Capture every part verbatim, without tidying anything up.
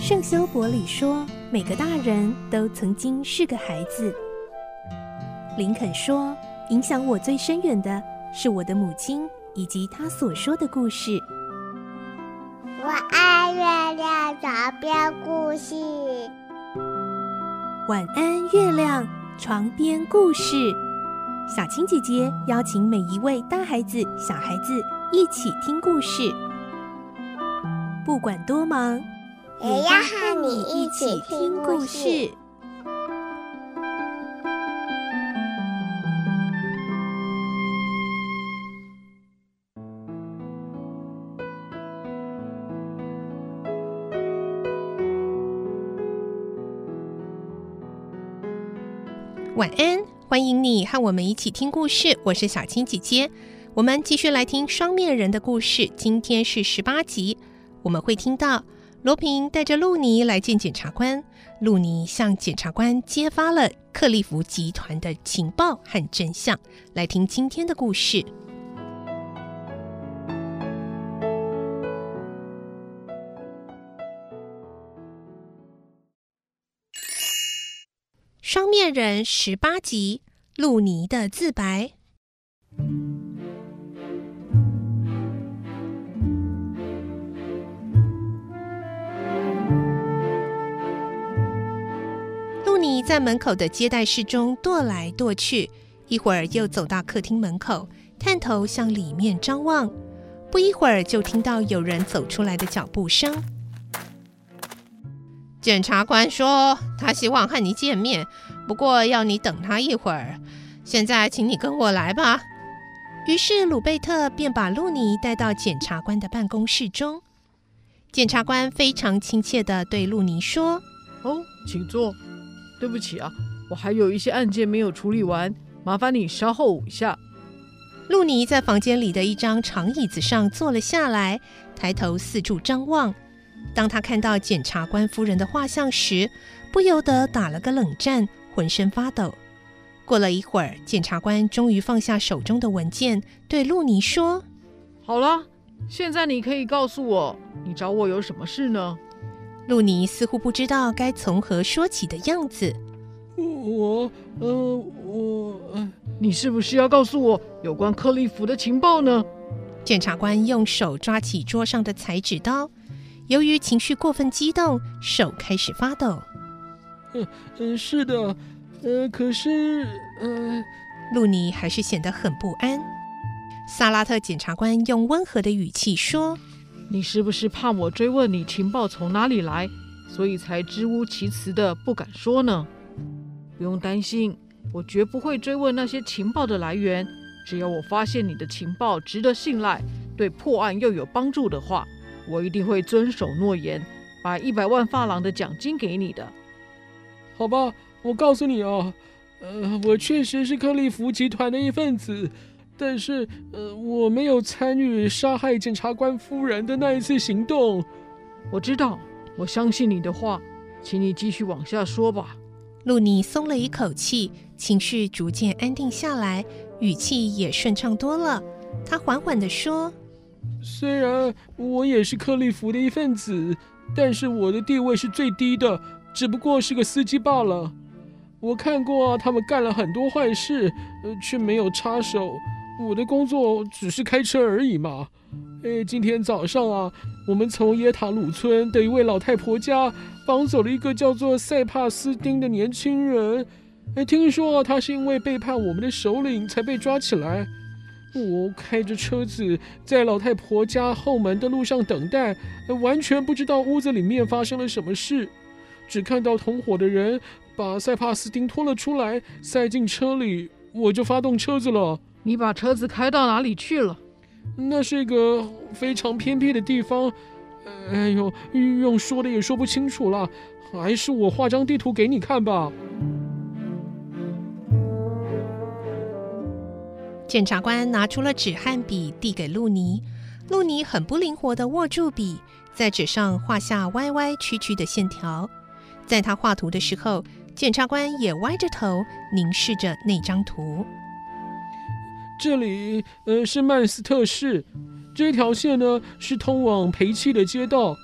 圣修伯里说，每个大人都曾经是个孩子。林肯说，影响我最深远的是我的母亲以及她所说的故事。 我爱月亮床边故事。 晚安，月亮床边故事。小青姐姐邀请每一位大孩子、小孩子一起听故事，不管多忙， 也要和你一起听故事。 晚安，欢迎你和我们一起听故事，我是小青姐姐。我们继续来听双面人的故事，今天是十八集。我们会听到罗平带着露妮来见检察官，露妮向检察官揭发了克利夫集团的情报和真相。来听今天的故事。双面人十八集，露妮的自白。露妮在门口的接待室中踱来踱去，一会儿又走到客厅门口，探头向里面张望。不一会儿就听到有人走出来的脚步声。检察官说他希望和你见面，不过要你等他一会儿。现在请你跟我来吧。于是鲁贝特便把露妮带到检察官的办公室中。检察官非常亲切地对露妮说： 哦，请坐。对不起啊，我还有一些案件没有处理完，麻烦你稍后一下。 露妮在房间里的一张长椅子上坐了下来，抬头四处张望。当他看到检察官夫人的画像时，不由得打了个冷战，浑身发抖。过了一会儿，检察官终于放下手中的文件，对露妮说： 好了，现在你可以告诉我，你找我有什么事呢？ 露妮似乎不知道该从何说起的样子。 我呃我呃你是不是要告诉我有关克利夫的情报呢？ 检察官用手抓起桌上的裁纸刀，由于情绪过分激动，手开始发抖。 嗯嗯，是的，呃，可是呃， 露妮还是显得很不安。萨拉特检察官用温和的语气说： 你是不是怕我追问你情报从哪里来，所以才支吾其词的不敢说呢？不用担心，我绝不会追问那些情报的来源。只要我发现你的情报值得信赖，对破案又有帮助的话，我一定会遵守诺言，把一百万法郎的奖金给你的。 好吧，我告诉你啊，呃，我确实是克利夫集团的一份子，但是呃，我没有参与杀害检察官夫人的那一次行动。 我知道，我相信你的话，请你继续往下说吧。 露妮松了一口气，情绪逐渐安定下来，语气也顺畅多了。她缓缓地说： 虽然我也是克利夫的一份子，但是我的地位是最低的，只不过是个司机罢了。我看过他们干了很多坏事，呃，却没有插手。我的工作只是开车而已嘛。诶，今天早上啊，我们从耶塔鲁村的一位老太婆家绑走了一个叫做塞帕斯丁的年轻人。诶，听说他是因为背叛我们的首领才被抓起来。我开着车子在老太婆家后门的路上等待，完全不知道屋子里面发生了什么事，只看到同伙的人把塞帕斯丁拖了出来，塞进车里，我就发动车子了。 你把车子开到哪里去了？ 那是一个非常偏僻的地方，哎呦，用说的也说不清楚了，还是我画张地图给你看吧。 检察官拿出了纸和笔递给露妮，露妮很不灵活地握住笔，在纸上画下歪歪曲曲的线条。在他画图的时候，检察官也歪着头凝视着那张图。 这里呃是曼斯特市，这条线呢是通往培契的街道，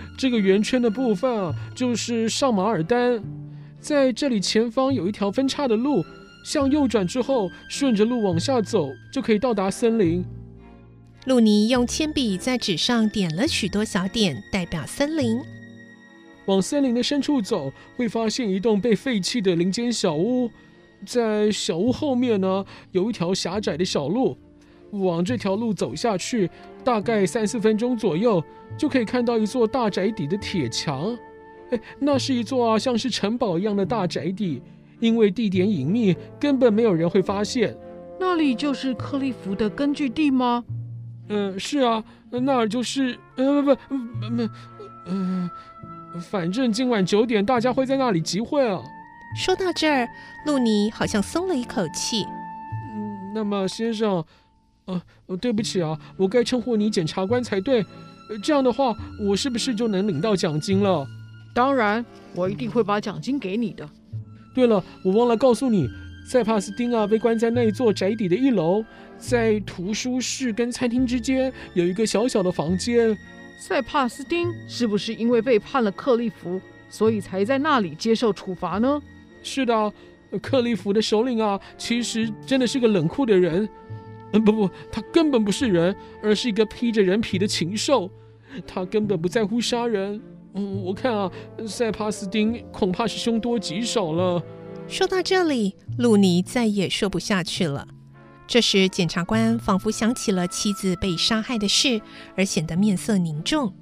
这个圆圈的部分啊，就是上马尔丹。在这里前方有一条分岔的路，向右转之后，顺着路往下走，就可以到达森林。 露妮用铅笔在纸上点了许多小点，代表森林。 往森林的深处走，会发现一栋被废弃的林间小屋。在小屋后面呢，有一条狭窄的小路。往这条路走下去，大概三四分钟左右，就可以看到一座大宅邸的铁墙。哎，那是一座啊，像是城堡一样的大宅邸，因为地点隐秘，根本没有人会发现。 那里就是克利夫的根据地吗？ 嗯、呃，是啊，那儿就是……呃，不不不，嗯、呃，反正今晚九点大家会在那里集会啊。 说到这儿，露妮好像松了一口气。 嗯，那么先生。呃，对不起啊，我该称呼你检察官才对。呃，这样的话，我是不是就能领到奖金了？ 当然，我一定会把奖金给你的。 对了，我忘了告诉你，塞帕斯汀啊被关在那一座宅邸的一楼，在图书室跟餐厅之间有一个小小的房间。 塞帕斯汀是不是因为背叛了克利夫，所以才在那里接受处罚呢？ 是的，克利夫的首领啊，其实真的是个冷酷的人。嗯，不不，他根本不是人，而是一个披着人皮的禽兽。他根本不在乎杀人。嗯，我看啊，塞帕斯汀恐怕是凶多吉少了。 说到这里，露妮再也说不下去了。这时，检察官仿佛想起了妻子被杀害的事，而显得面色凝重。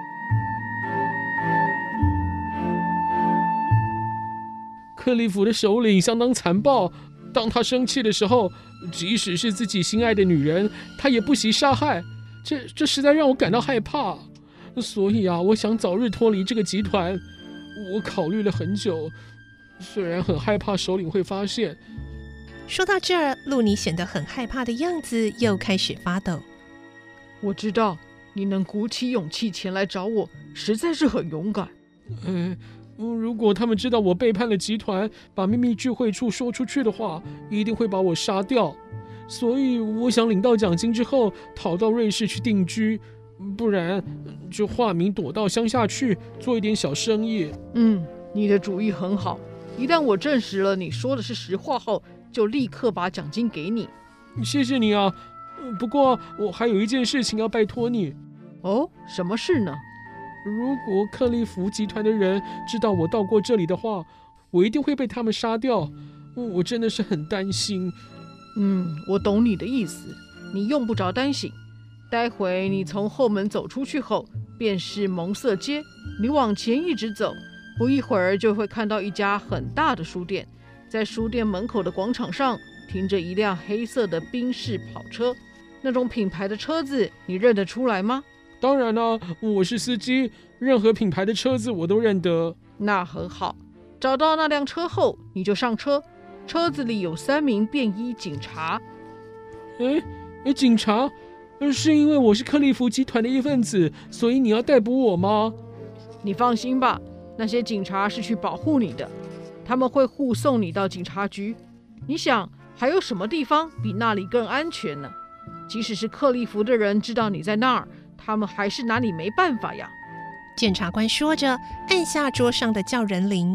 克利夫的首领相当残暴。当他生气的时候，即使是自己心爱的女人，他也不惜杀害。这这实在让我感到害怕。所以啊，我想早日脱离这个集团。我考虑了很久，虽然很害怕首领会发现。 说到这儿，露妮显得很害怕的样子又开始发抖。 我知道你能鼓起勇气前来找我，实在是很勇敢。 嗯。如果他们知道我背叛了集团，把秘密聚会处说出去的话，一定会把我杀掉。所以我想领到奖金之后，逃到瑞士去定居，不然就化名躲到乡下去做一点小生意。 嗯，你的主意很好。一旦我证实了你说的是实话后，就立刻把奖金给你。 谢谢你啊，不过我还有一件事情要拜托你。 哦，什么事呢？ 如果克利夫集团的人知道我到过这里的话，我一定会被他们杀掉。我真的是很担心。 嗯，我懂你的意思，你用不着担心。待会你从后门走出去后，便是蒙瑟街。你往前一直走，不一会儿就会看到一家很大的书店。在书店门口的广场上，停着一辆黑色的宾士跑车。那种品牌的车子，你认得出来吗？ 当然了，我是司机，任何品牌的车子我都认得。 那很好，找到那辆车后，你就上车。车子里有三名便衣警察。 哎哎，警察？是因为我是克利夫集团的一份子，所以你要逮捕我吗？ 你放心吧，那些警察是去保护你的，他们会护送你到警察局。你想，还有什么地方比那里更安全呢？即使是克利夫的人知道你在那儿，他们还是拿你没办法呀。 检察官说着，按下桌上的叫人铃。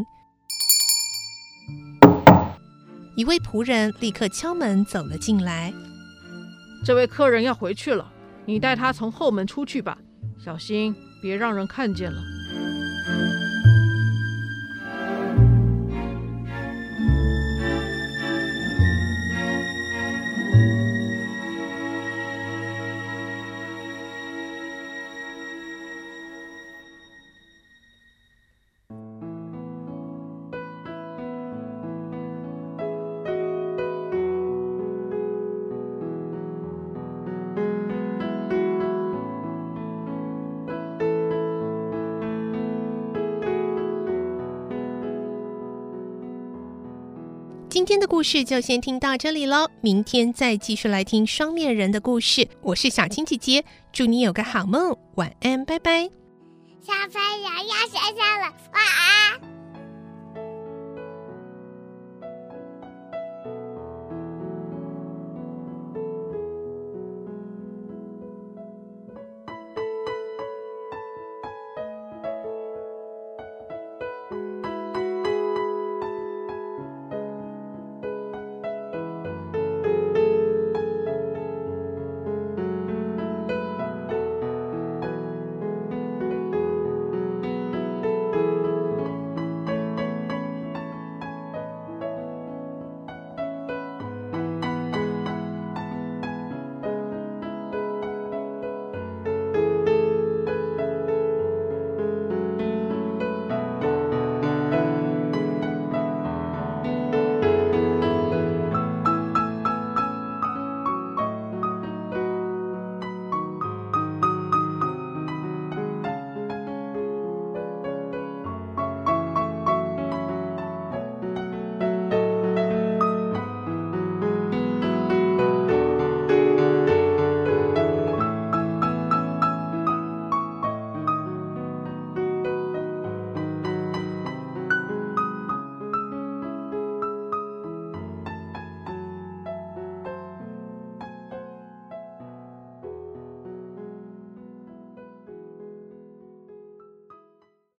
一位仆人立刻敲门走了进来。 这位客人要回去了，你带他从后门出去吧，小心别让人看见了。 今天的故事就先听到这里咯，明天再继续来听双面人的故事。我是小青姐姐，祝你有个好梦，晚安，拜拜。 小朋友要睡觉了，晚安。